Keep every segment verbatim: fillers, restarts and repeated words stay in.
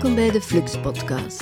Welkom bij de Flux Podcast.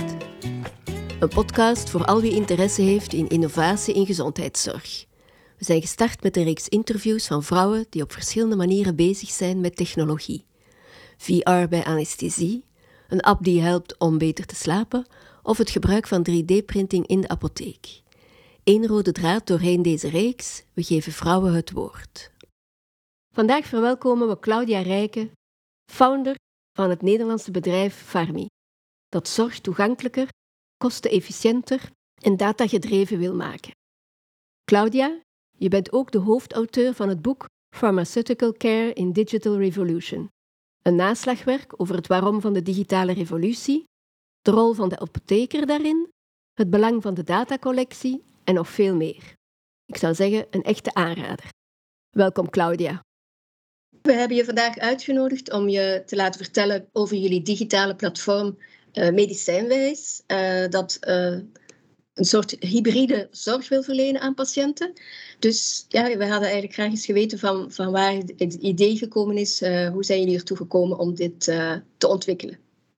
Een podcast voor al wie interesse heeft in innovatie in gezondheidszorg. We zijn gestart met een reeks interviews van vrouwen die op verschillende manieren bezig zijn met technologie. V R bij anesthesie, een app die helpt om beter te slapen, of het gebruik van drie D-printing in de apotheek. Eén rode draad doorheen deze reeks, we geven vrouwen het woord. Vandaag verwelkomen we Claudia Rijke, founder van het Nederlandse bedrijf Pharmi, dat zorg toegankelijker, kostenefficiënter en datagedreven wil maken. Claudia, je bent ook de hoofdauteur van het boek Pharmaceutical Care in Digital Revolution, een naslagwerk over het waarom van de digitale revolutie, de rol van de apotheker daarin, het belang van de datacollectie en nog veel meer. Ik zou zeggen, een echte aanrader. Welkom Claudia. We hebben je vandaag uitgenodigd om je te laten vertellen over jullie digitale platform uh, Medicijnwijs, uh, dat uh, een soort hybride zorg wil verlenen aan patiënten. Dus ja, we hadden eigenlijk graag eens geweten van, van waar het idee gekomen is. Uh, hoe zijn jullie ertoe gekomen om dit uh, te ontwikkelen?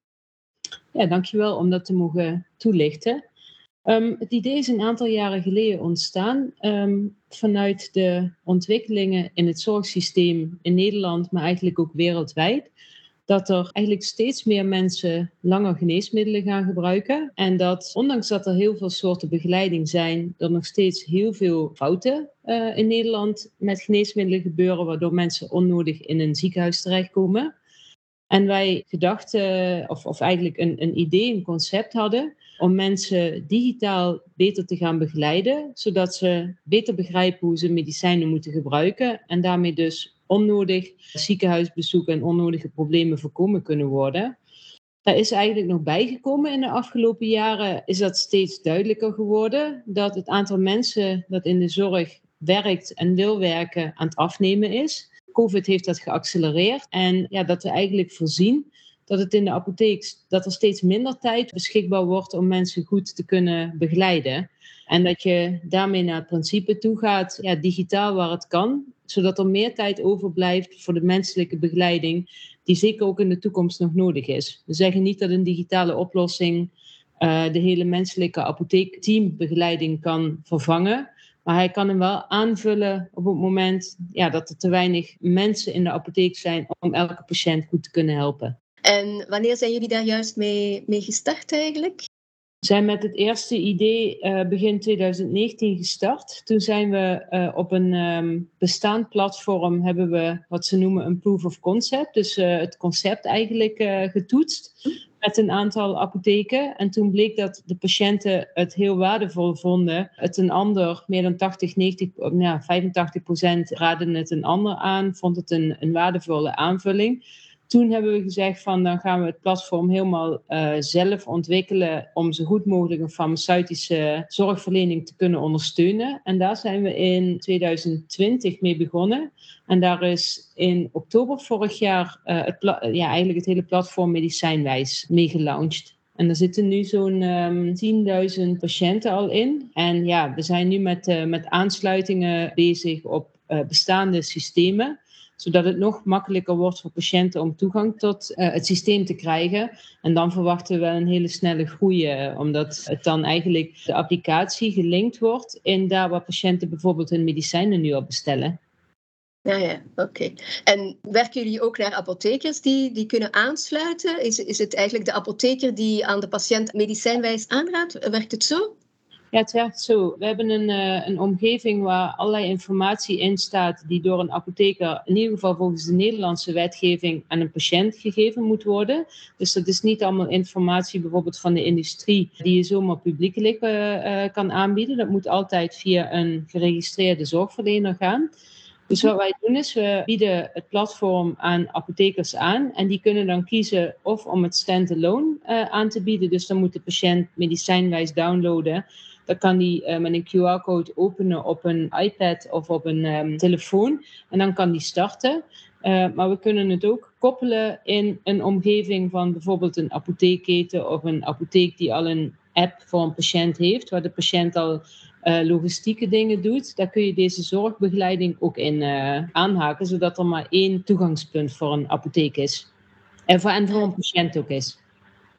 Ja, dankjewel om dat te mogen toelichten. Um, het idee is een aantal jaren geleden ontstaan um, vanuit de ontwikkelingen in het zorgsysteem in Nederland, maar eigenlijk ook wereldwijd. Dat er eigenlijk steeds meer mensen langer geneesmiddelen gaan gebruiken. En dat ondanks dat er heel veel soorten begeleiding zijn, er nog steeds heel veel fouten uh, in Nederland met geneesmiddelen gebeuren, waardoor mensen onnodig in een ziekenhuis terechtkomen. En wij gedachten, of, of eigenlijk een, een idee, een concept hadden, om mensen digitaal beter te gaan begeleiden, zodat ze beter begrijpen hoe ze medicijnen moeten gebruiken en daarmee dus onnodig ziekenhuisbezoeken en onnodige problemen voorkomen kunnen worden. Daar is eigenlijk nog bijgekomen in de afgelopen jaren, is dat steeds duidelijker geworden, dat het aantal mensen dat in de zorg werkt en wil werken aan het afnemen is. COVID heeft dat geaccelereerd en ja, dat we eigenlijk voorzien dat het in de apotheek, dat er steeds minder tijd beschikbaar wordt om mensen goed te kunnen begeleiden. En dat je daarmee naar het principe toe gaat, ja, digitaal waar het kan, zodat er meer tijd overblijft voor de menselijke begeleiding, die zeker ook in de toekomst nog nodig is. We zeggen niet dat een digitale oplossing uh, de hele menselijke apotheekteambegeleiding kan vervangen, maar hij kan hem wel aanvullen op het moment ja, dat er te weinig mensen in de apotheek zijn om elke patiënt goed te kunnen helpen. En wanneer zijn jullie daar juist mee, mee gestart eigenlijk? We zijn met het eerste idee uh, begin twintig negentien gestart. Toen zijn we uh, op een um, bestaand platform, hebben we wat ze noemen een proof of concept. Dus uh, het concept eigenlijk uh, getoetst met een aantal apotheken. En toen bleek dat de patiënten het heel waardevol vonden. Het een ander, meer dan tachtig, negentig, nou, vijfentachtig procent raadden het een ander aan, vond het een, een waardevolle aanvulling. Toen hebben we gezegd van dan gaan we het platform helemaal uh, zelf ontwikkelen om zo goed mogelijk een farmaceutische zorgverlening te kunnen ondersteunen. En daar zijn we in twintig twintig mee begonnen. En daar is in oktober vorig jaar uh, het, pla- ja, eigenlijk het hele platform Medicijnwijs mee gelaunched. En er zitten nu zo'n um, tienduizend patiënten al in. En ja, we zijn nu met, uh, met aansluitingen bezig op uh, bestaande systemen, zodat het nog makkelijker wordt voor patiënten om toegang tot uh, het systeem te krijgen. En dan verwachten we wel een hele snelle groei, uh, omdat het dan eigenlijk de applicatie gelinkt wordt in daar waar patiënten bijvoorbeeld hun medicijnen nu al bestellen. Ja, ja, oké. Okay. En werken jullie ook naar apothekers die, die kunnen aansluiten? Is, is het eigenlijk de apotheker die aan de patiënt medicijnwijs aanraadt? Werkt het zo? Ja, het werkt zo. We hebben een, uh, een omgeving waar allerlei informatie in staat die door een apotheker, in ieder geval volgens de Nederlandse wetgeving, aan een patiënt gegeven moet worden. Dus dat is niet allemaal informatie bijvoorbeeld van de industrie die je zomaar publiekelijk uh, uh, kan aanbieden. Dat moet altijd via een geregistreerde zorgverlener gaan. Dus wat wij doen is, we bieden het platform aan apothekers aan en die kunnen dan kiezen of om het stand-alone uh, aan te bieden. Dus dan moet de patiënt medicijnwijs downloaden. Dan kan die uh, met een Q R-code openen op een iPad of op een um, telefoon en dan kan die starten. Uh, maar we kunnen het ook koppelen in een omgeving van bijvoorbeeld een apotheekketen of een apotheek die al een app voor een patiënt heeft, waar de patiënt al uh, logistieke dingen doet. Daar kun je deze zorgbegeleiding ook in uh, aanhaken, zodat er maar één toegangspunt voor een apotheek is. En voor, en voor een patiënt ook is.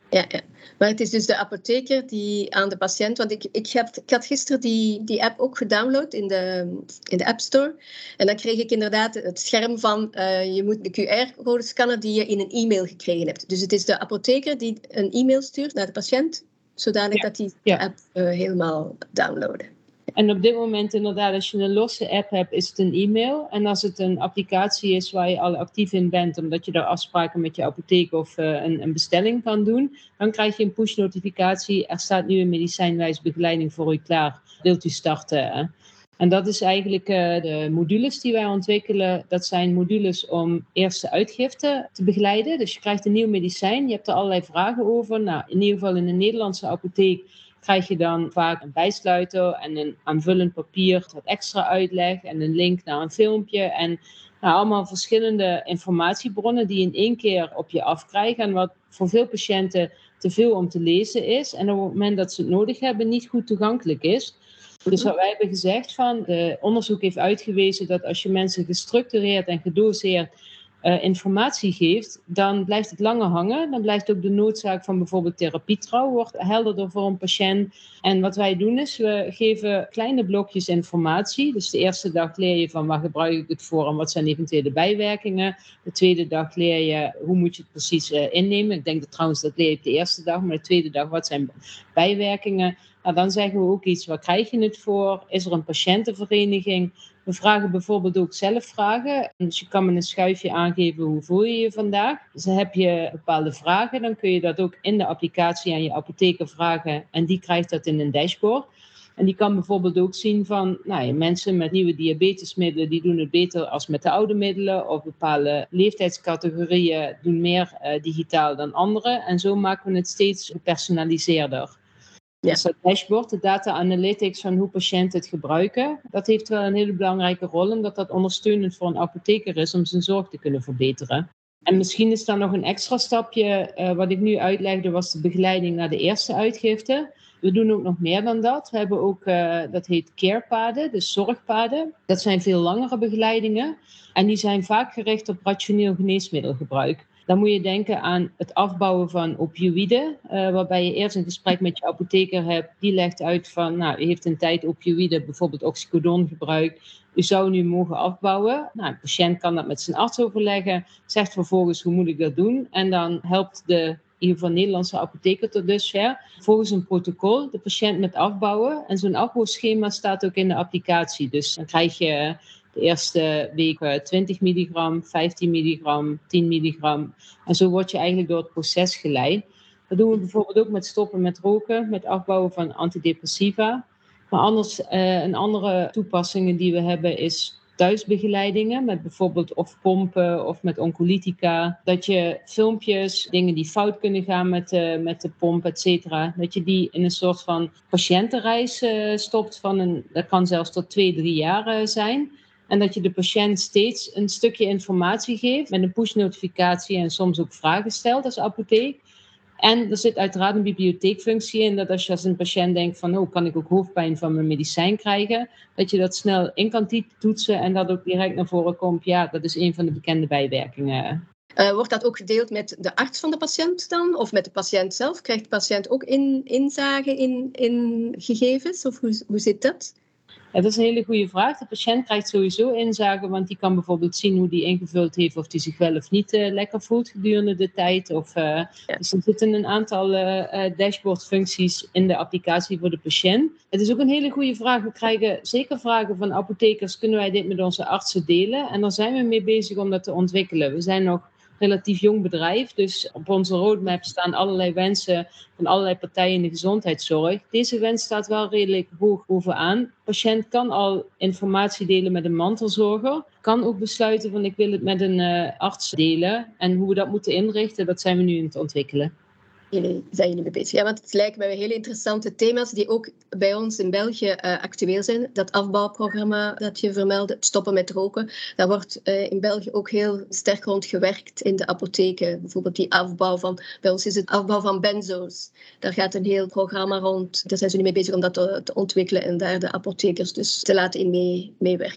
Ja, ja, maar het is dus de apotheker die aan de patiënt... Want ik, ik, had, ik had gisteren die, die app ook gedownload in de, in de App Store. En dan kreeg ik inderdaad het scherm van... Uh, je moet de Q R-code scannen die je in een e-mail gekregen hebt. Dus het is de apotheker die een e-mail stuurt naar de patiënt... zodanig ja. dat die ja. de app uh, helemaal downloaden. En op dit moment inderdaad, als je een losse app hebt, is het een e-mail. En als het een applicatie is waar je al actief in bent, omdat je daar afspraken met je apotheek of uh, een, een bestelling kan doen, dan krijg je een push-notificatie. Er staat nu een medicijnwijze begeleiding voor u klaar. Wilt u starten? Hè? En dat is eigenlijk uh, de modules die wij ontwikkelen. Dat zijn modules om eerste uitgifte te begeleiden. Dus je krijgt een nieuw medicijn. Je hebt er allerlei vragen over. Nou, in ieder geval in een Nederlandse apotheek krijg je dan vaak een bijsluiter en een aanvullend papier, wat extra uitleg en een link naar een filmpje. En nou, allemaal verschillende informatiebronnen die je in één keer op je afkrijgen. En wat voor veel patiënten te veel om te lezen is. En op het moment dat ze het nodig hebben, niet goed toegankelijk is. Dus wat wij hebben gezegd van, de onderzoek heeft uitgewezen dat als je mensen gestructureerd en gedoseerd uh, informatie geeft, dan blijft het langer hangen. Dan blijft ook de noodzaak van bijvoorbeeld therapietrouw wordt helderder voor een patiënt. En wat wij doen is, we geven kleine blokjes informatie. Dus de eerste dag leer je van waar gebruik ik het voor en wat zijn eventuele bijwerkingen. De tweede dag leer je hoe moet je het precies uh, innemen. Ik denk dat trouwens dat leer je op de eerste dag, maar de tweede dag wat zijn bijwerkingen. Nou, dan zeggen we ook iets, waar krijg je het voor? Is er een patiëntenvereniging? We vragen bijvoorbeeld ook zelf vragen. Dus je kan met een schuifje aangeven hoe voel je je vandaag. Dus heb je bepaalde vragen, dan kun je dat ook in de applicatie aan je apotheker vragen. En die krijgt dat in een dashboard. En die kan bijvoorbeeld ook zien van, nou ja, mensen met nieuwe diabetesmiddelen, die doen het beter als met de oude middelen. Of bepaalde leeftijdscategorieën doen meer uh, digitaal dan anderen. En zo maken we het steeds gepersonaliseerder. Ja. Dus dat dashboard, de data analytics van hoe patiënten het gebruiken, dat heeft wel een hele belangrijke rol, omdat dat ondersteunend voor een apotheker is om zijn zorg te kunnen verbeteren. En misschien is daar nog een extra stapje, uh, wat ik nu uitlegde, was de begeleiding naar de eerste uitgifte. We doen ook nog meer dan dat. We hebben ook, uh, dat heet carepaden, dus zorgpaden. Dat zijn veel langere begeleidingen en die zijn vaak gericht op rationeel geneesmiddelgebruik. Dan moet je denken aan het afbouwen van opioïden, uh, waarbij je eerst een gesprek met je apotheker hebt. Die legt uit van, nou, u heeft een tijd opioïden, bijvoorbeeld oxycodon gebruikt. U zou nu mogen afbouwen. Nou, de patiënt kan dat met zijn arts overleggen, zegt vervolgens hoe moet ik dat doen. En dan helpt de, in ieder geval Nederlandse apotheker tot dusver, volgens een protocol de patiënt met afbouwen. En zo'n afbouwschema staat ook in de applicatie. Dus dan krijg je de eerste week twintig milligram, vijftien milligram, tien milligram. En zo word je eigenlijk door het proces geleid. Dat doen we bijvoorbeeld ook met stoppen met roken, met afbouwen van antidepressiva. Maar anders, uh, een andere toepassingen die we hebben is thuisbegeleidingen met bijvoorbeeld of pompen of met oncolytica. Dat je filmpjes, dingen die fout kunnen gaan met de, met de pomp, et cetera. Dat je die in een soort van patiëntenreis uh, stopt van een, dat kan zelfs tot twee, drie jaar uh, zijn. En dat je de patiënt steeds een stukje informatie geeft met een push-notificatie en soms ook vragen stelt als apotheek. En er zit uiteraard een bibliotheekfunctie in, dat als je als een patiënt denkt van, oh, kan ik ook hoofdpijn van mijn medicijn krijgen, dat je dat snel in kan toetsen en dat ook direct naar voren komt, ja, dat is een van de bekende bijwerkingen. Uh, wordt dat ook gedeeld met de arts van de patiënt dan? Of met de patiënt zelf? Krijgt de patiënt ook in, inzage in, in gegevens? Of hoe, hoe zit dat? Ja, dat is een hele goede vraag. De patiënt krijgt sowieso inzage, want die kan bijvoorbeeld zien hoe die ingevuld heeft, of die zich wel of niet uh, lekker voelt gedurende de tijd. Of, uh, ja. Dus er zitten een aantal uh, dashboardfuncties in de applicatie voor de patiënt. Het is ook een hele goede vraag. We krijgen zeker vragen van apothekers, kunnen wij dit met onze artsen delen? En daar zijn we mee bezig om dat te ontwikkelen. We zijn nog relatief jong bedrijf, dus op onze roadmap staan allerlei wensen van allerlei partijen in de gezondheidszorg. Deze wens staat wel redelijk hoog bovenaan. De patiënt kan al informatie delen met een mantelzorger, kan ook besluiten van ik wil het met een uh, arts delen. En hoe we dat moeten inrichten, dat zijn we nu aan het ontwikkelen. Jullie zijn jullie mee bezig. Ja, want het lijkt mij hele interessante thema's die ook bij ons in België uh, actueel zijn. Dat afbouwprogramma dat je vermeldde, het stoppen met roken. Daar wordt uh, in België ook heel sterk rond gewerkt in de apotheken. Bijvoorbeeld die afbouw van, bij ons is het afbouw van benzo's. Daar gaat een heel programma rond. Daar zijn ze nu mee bezig om dat te, te ontwikkelen en daar de apothekers dus te laten in mee, meewerken.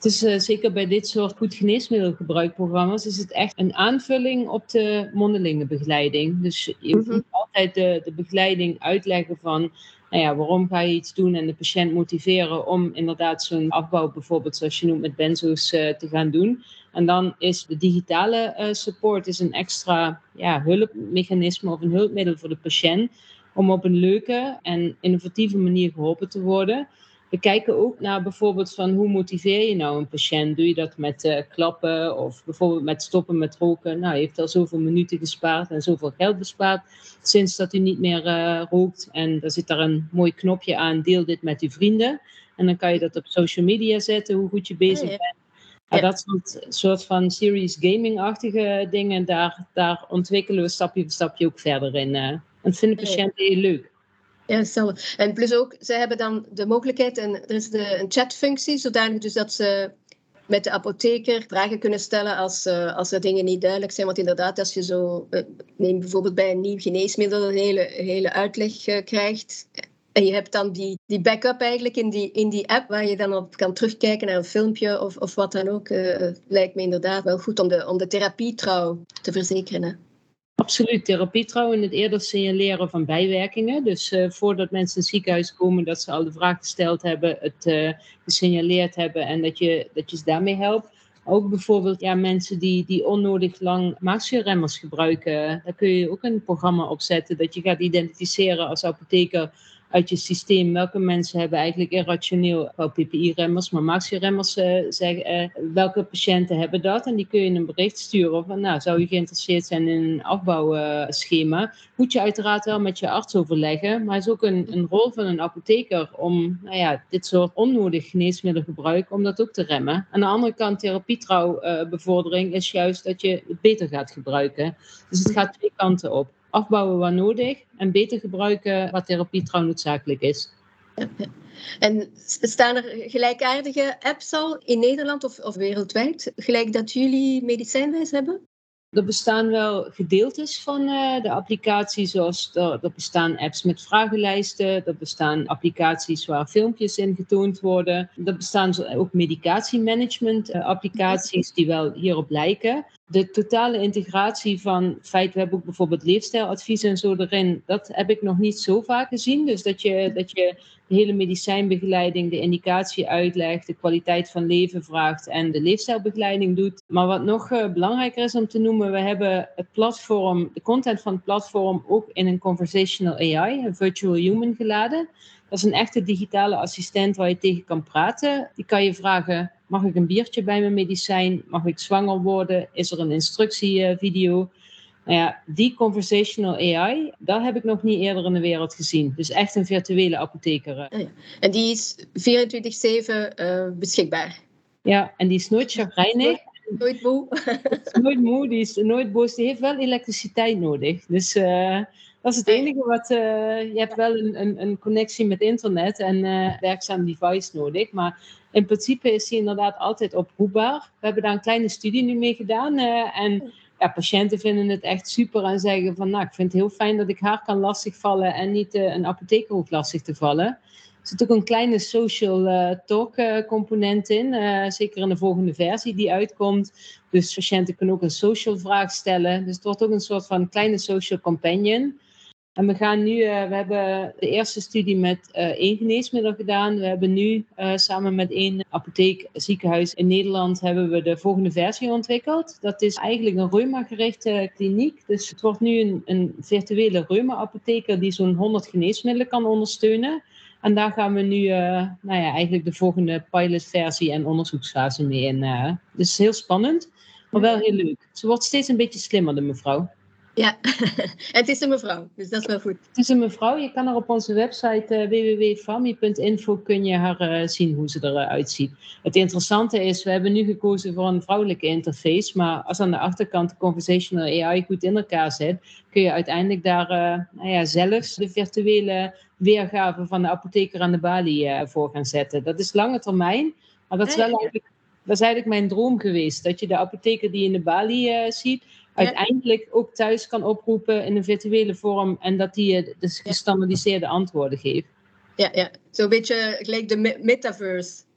Het is uh, zeker bij dit soort goed geneesmiddelgebruikprogramma's is het echt een aanvulling op de mondelinge Dus je Mhm. moet altijd de, de begeleiding uitleggen van nou ja, waarom ga je iets doen en de patiënt motiveren om inderdaad zo'n afbouw bijvoorbeeld zoals je noemt met benzo's uh, te gaan doen. En dan is de digitale uh, support is een extra ja, hulpmechanisme of een hulpmiddel voor de patiënt om op een leuke en innovatieve manier geholpen te worden. We kijken ook naar bijvoorbeeld van hoe motiveer je nou een patiënt? Doe je dat met uh, klappen of bijvoorbeeld met stoppen met roken? Nou, je heeft al zoveel minuten gespaard en zoveel geld bespaard sinds dat u niet meer uh, rookt. En er zit daar een mooi knopje aan, deel dit met uw vrienden. En dan kan je dat op social media zetten, hoe goed je bezig Ja, ja. bent. Ja, Ja. dat soort, soort van serious gaming-achtige dingen, daar, daar ontwikkelen we stapje voor stapje ook verder in. Uh, en vinden patiënten heel leuk. Ja, stel. En plus ook, ze hebben dan de mogelijkheid, en er is de, een chatfunctie, zodanig dus dat ze met de apotheker vragen kunnen stellen als, uh, als er dingen niet duidelijk zijn. Want inderdaad, als je zo, uh, neem bijvoorbeeld bij een nieuw geneesmiddel, een hele, hele uitleg uh, krijgt. En je hebt dan die, die backup eigenlijk in die, in die app, waar je dan op kan terugkijken naar een filmpje of, of wat dan ook. Uh, lijkt me inderdaad wel goed om de, om de therapietrouw te verzekeren. Hè? Absoluut, therapietrouw en het eerder signaleren van bijwerkingen. Dus uh, voordat mensen in het ziekenhuis komen, dat ze al de vraag gesteld hebben, het uh, gesignaleerd hebben en dat je, dat je ze daarmee helpt. Ook bijvoorbeeld ja, mensen die, die onnodig lang maagzuurremmers gebruiken. Daar kun je ook een programma op zetten dat je gaat identificeren als apotheker uit je systeem. Welke mensen hebben eigenlijk irrationeel wel P P I-remmers, maar maagzuurremmers uh, zeggen, uh, welke patiënten hebben dat? En die kun je een bericht sturen van, nou, zou je geïnteresseerd zijn in een afbouwschema? Moet je uiteraard wel met je arts overleggen, maar het is ook een, een rol van een apotheker om nou ja, dit soort onnodig geneesmiddelgebruik, om dat ook te remmen. Aan de andere kant, therapietrouwbevordering uh, is juist dat je het beter gaat gebruiken. Dus het gaat twee kanten op. Afbouwen waar nodig en beter gebruiken waar therapie trouw noodzakelijk is. Ja, ja. En staan er gelijkaardige apps al in Nederland of, of wereldwijd, gelijk dat jullie Medicijnwijs hebben? Er bestaan wel gedeeltes van uh, de applicaties, zoals er, er bestaan apps met vragenlijsten, er bestaan applicaties waar filmpjes in getoond worden, er bestaan ook medicatiemanagement uh, applicaties die wel hierop lijken. De totale integratie van het feit, we hebben ook bijvoorbeeld leefstijladviezen en zo erin, dat heb ik nog niet zo vaak gezien. Dus dat je, dat je de hele medicijnbegeleiding, de indicatie uitlegt, de kwaliteit van leven vraagt en de leefstijlbegeleiding doet. Maar wat nog uh, belangrijker is om te noemen, we hebben het platform, de content van het platform ook in een conversational A I, een virtual human geladen. Dat is een echte digitale assistent waar je tegen kan praten. Die kan je vragen, mag ik een biertje bij mijn medicijn? Mag ik zwanger worden? Is er een instructievideo? Nou ja, die conversational A I, dat heb ik nog niet eerder in de wereld gezien. Dus echt een virtuele apotheker. Ah, ja. En die is vierentwintig zeven uh, beschikbaar? Ja, en die is nooit chagrijnig. Nooit moe? Die is nooit moe, die is nooit boos. Die heeft wel elektriciteit nodig. Dus uh, dat is het enige wat... Uh, je hebt wel een, een, een connectie met internet en uh, werkzaam device nodig. Maar in principe is die inderdaad altijd oproepbaar. We hebben daar een kleine studie nu mee gedaan. Uh, en ja, patiënten vinden het echt super en zeggen van... Nou, ik vind het heel fijn dat ik haar kan lastigvallen en niet uh, een apotheker hoeft lastig te vallen. Er zit ook een kleine social uh, talk uh, component in. Uh, zeker in de volgende versie die uitkomt. Dus patiënten kunnen ook een social vraag stellen. Dus het wordt ook een soort van kleine social companion. En we gaan nu, uh, we hebben de eerste studie met uh, één geneesmiddel gedaan. We hebben nu uh, samen met één apotheek ziekenhuis in Nederland hebben we de volgende versie ontwikkeld. Dat is eigenlijk een reuma-gerichte kliniek. Dus het wordt nu een, een virtuele reuma-apotheker die zo'n honderd geneesmiddelen kan ondersteunen. En daar gaan we nu uh, nou ja, eigenlijk de volgende pilotversie en onderzoeksfase mee in. Uh, dus heel spannend, maar wel heel leuk. Ze wordt steeds een beetje slimmer, de mevrouw. Ja, en het is een mevrouw, dus dat is wel goed. Het is een mevrouw, je kan haar op onze website uh, w w w punt fami punt info kun je haar uh, zien hoe ze eruit ziet. Het interessante is, we hebben nu gekozen voor een vrouwelijke interface, maar als aan de achterkant de conversational A I goed in elkaar zit, kun je uiteindelijk daar uh, nou ja, zelfs de virtuele weergave van de apotheker aan de balie uh, voor gaan zetten. Dat is lange termijn, maar dat is wel eigenlijk, dat is eigenlijk mijn droom geweest, dat je de apotheker die in de balie uh, ziet, uiteindelijk ook thuis kan oproepen in een virtuele vorm en dat die je dus gestandardiseerde antwoorden geeft. Ja, ja. Zo'n beetje gelijk de me- metaverse.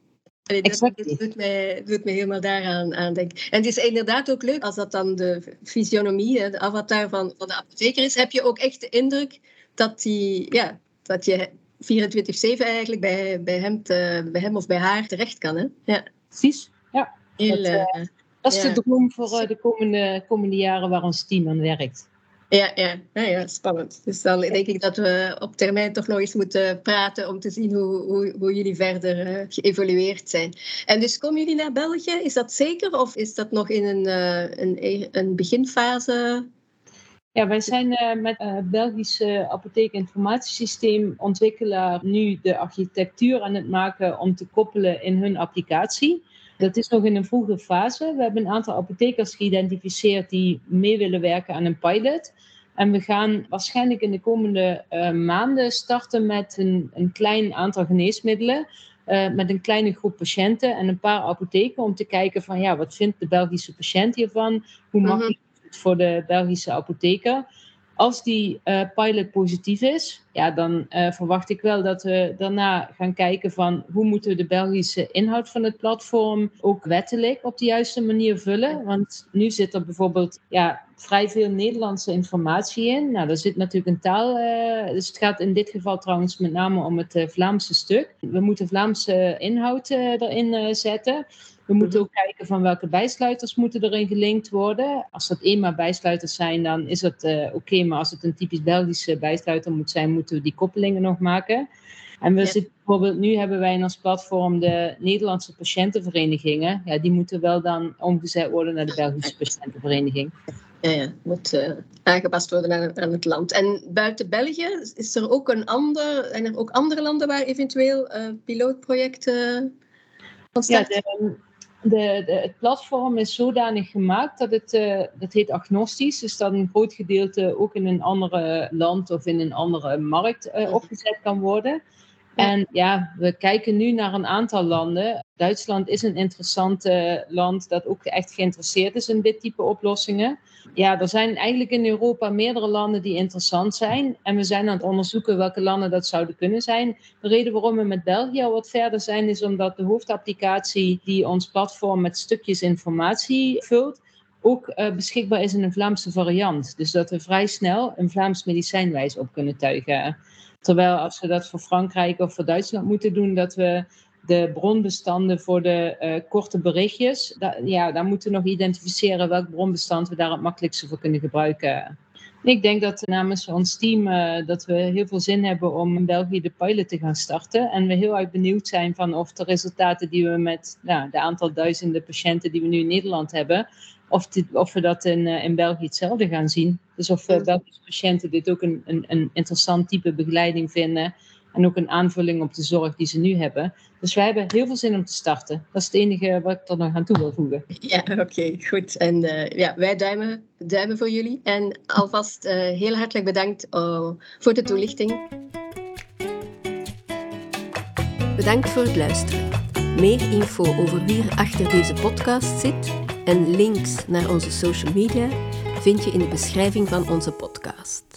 Allee, dat, dat doet, mij, doet mij helemaal daaraan aan denken. En het is inderdaad ook leuk, als dat dan de fysionomie, de avatar van, van de apotheker is, heb je ook echt de indruk dat, die, ja, dat je vierentwintig zeven eigenlijk bij, bij, hem te, bij hem of bij haar terecht kan. Hè? Ja. Precies, ja. Heel, dat, uh, dat is ja. de droom voor uh, de komende, komende jaren waar ons team aan werkt. Ja, ja. Ja, ja, spannend. Dus dan denk ik dat we op termijn toch nog eens moeten praten om te zien hoe, hoe, hoe jullie verder uh, geëvolueerd zijn. En dus komen jullie naar België? Is dat zeker of is dat nog in een, uh, een, een beginfase? Ja, wij zijn uh, met uh, Belgische apotheekinformatiesysteem ontwikkelaar nu de architectuur aan het maken om te koppelen in hun applicatie. Dat is nog in een vroege fase. We hebben een aantal apothekers geïdentificeerd die mee willen werken aan een pilot. En we gaan waarschijnlijk in de komende uh, maanden starten met een, een klein aantal geneesmiddelen. Uh, met een kleine groep patiënten en een paar apotheken. Om te kijken van ja, wat vindt de Belgische patiënt hiervan? Hoe makkelijk is het voor de Belgische apotheker? Als die uh, pilot positief is, ja, dan uh, verwacht ik wel dat we daarna gaan kijken van hoe moeten we de Belgische inhoud van het platform ook wettelijk op de juiste manier vullen. Want nu zit er bijvoorbeeld ja, vrij veel Nederlandse informatie in. Nou, daar zit natuurlijk een taal, uh, dus het gaat in dit geval trouwens met name om het uh, Vlaamse stuk. We moeten Vlaamse inhoud uh, erin uh, zetten. We moeten ook kijken van welke bijsluiters moeten erin gelinkt worden. Als dat eenmaal bijsluiters zijn, dan is het uh, oké. Okay, maar als het een typisch Belgische bijsluiter moet zijn, moeten we die koppelingen nog maken. En we ja. zitten bijvoorbeeld, nu hebben wij in ons platform de Nederlandse patiëntenverenigingen. Ja, die moeten wel dan omgezet worden naar de Belgische patiëntenvereniging. Ja, ja, moet uh, aangepast worden aan, aan het land. En buiten België, is er ook een ander, zijn er ook andere landen waar eventueel uh, pilootprojecten ontstaan? Ja, de, De, de, het platform is zodanig gemaakt dat het, uh, dat heet agnostisch, dus dat een groot gedeelte ook in een andere land of in een andere markt uh, opgezet kan worden. En ja, we kijken nu naar een aantal landen. Duitsland is een interessant uh, land dat ook echt geïnteresseerd is in dit type oplossingen. Ja, er zijn eigenlijk in Europa meerdere landen die interessant zijn. En we zijn aan het onderzoeken welke landen dat zouden kunnen zijn. De reden waarom we met België al wat verder zijn, is omdat de hoofdapplicatie die ons platform met stukjes informatie vult, ook uh, beschikbaar is in een Vlaamse variant. Dus dat we vrij snel een Vlaams medicijnwijs op kunnen tuigen. Terwijl als we dat voor Frankrijk of voor Duitsland moeten doen, dat we de bronbestanden voor de uh, korte berichtjes, da, ja, daar moeten we nog identificeren welk bronbestand we daar het makkelijkste voor kunnen gebruiken. Ik denk dat namens ons team uh, dat we heel veel zin hebben om in België de pilot te gaan starten. En we heel erg benieuwd zijn van of de resultaten die we met nou, de aantal duizenden patiënten die we nu in Nederland hebben, of, dit, of we dat in, uh, in België hetzelfde gaan zien. Dus of uh, Belgische patiënten dit ook een, een, een interessant type begeleiding vinden. En ook een aanvulling op de zorg die ze nu hebben. Dus wij hebben heel veel zin om te starten. Dat is het enige wat ik er nog aan toe wil voegen. Ja, oké, okay, goed. En uh, ja, wij duimen, duimen voor jullie. En alvast uh, heel hartelijk bedankt uh, voor de toelichting. Bedankt voor het luisteren. Meer info over wie er achter deze podcast zit en links naar onze social media vind je in de beschrijving van onze podcast.